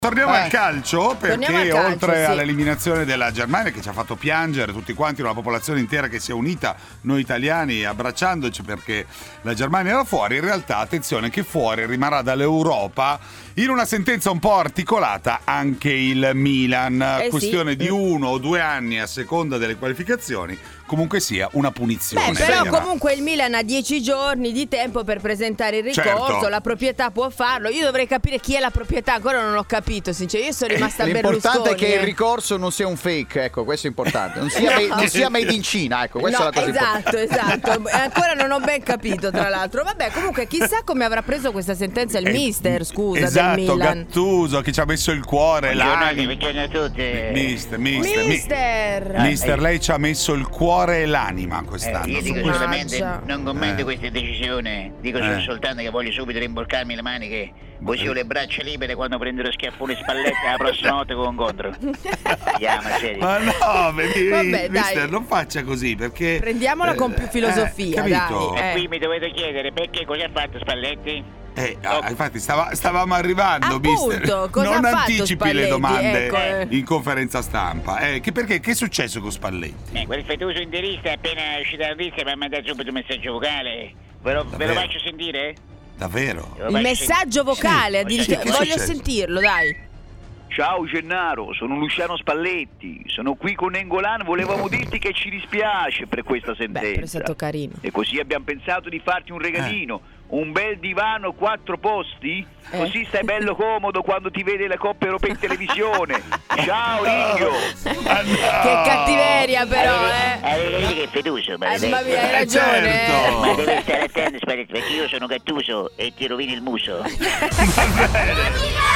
Torniamo al calcio, perché oltre sì, all'eliminazione della Germania, che ci ha fatto piangere tutti quanti, una popolazione intera che si è unita, noi italiani abbracciandoci perché la Germania era fuori, in realtà attenzione che fuori rimarrà dall'Europa in una sentenza un po' articolata anche il Milan, questione di 1 o 2 anni a seconda delle qualificazioni, comunque sia una punizione. Però comunque il Milan ha 10 giorni di tempo per presentare il ricorso, certo. La proprietà può farlo, io dovrei capire chi è la proprietà, ancora non ho capito, io sono rimasta a Berlusconi. L'importante è che il ricorso non sia un fake, ecco, questo è importante, non sia made in Cina, ecco, questa è la cosa importante. Esatto, ancora non ho ben capito, tra l'altro. Vabbè, comunque chissà come avrà preso questa sentenza il mister, scusa, esatto, del Milan. Gattuso che ci ha messo il cuore, l'anima. Buongiorno a tutti. Mister, lei ci ha messo il cuore e l'anima quest'anno. Io dico questo. solamente, Mannaggia. non commento queste decisioni, dico soltanto che voglio subito rimborcarmi le maniche, così ho le braccia libere quando prenderò schiaffone Spalletti la prossima volta che lo incontro. Andiamo, serio. Ma no, Vabbè, mister, dai. non faccia così, perché Prendiamola con più filosofia, capito? dai. E qui mi dovete chiedere perché cosa ha fatto Spalletti? Infatti stavamo arrivando, Appunto, mister. cosa Non ha fatto anticipi Spalletti? le domande Ecco. in conferenza stampa. Perché che è successo con Spalletti? Quel fetoso interista appena uscita la notizia mi ha mandato subito un messaggio vocale. Ve lo faccio sentire? Davvero? Ve lo Il faccio messaggio vocale, Sì, addirittura. che è Voglio successo? sentirlo, dai. Ciao Gennaro, sono Luciano Spalletti, sono qui con Nengolan, volevamo dirti che ci dispiace per questa Beh, però è sentenza. stato carino. E così abbiamo pensato di farti un regalino, un bel divano 4 posti, così stai bello comodo quando ti vede la Coppa Europea in televisione. Ciao Ringhio! Che cattiveria però, Vedi che è fetuso, Ma hai ragione, certo. Ma devi stare attento Spalletti, perché io sono Gattuso e ti rovini il muso. Va bene.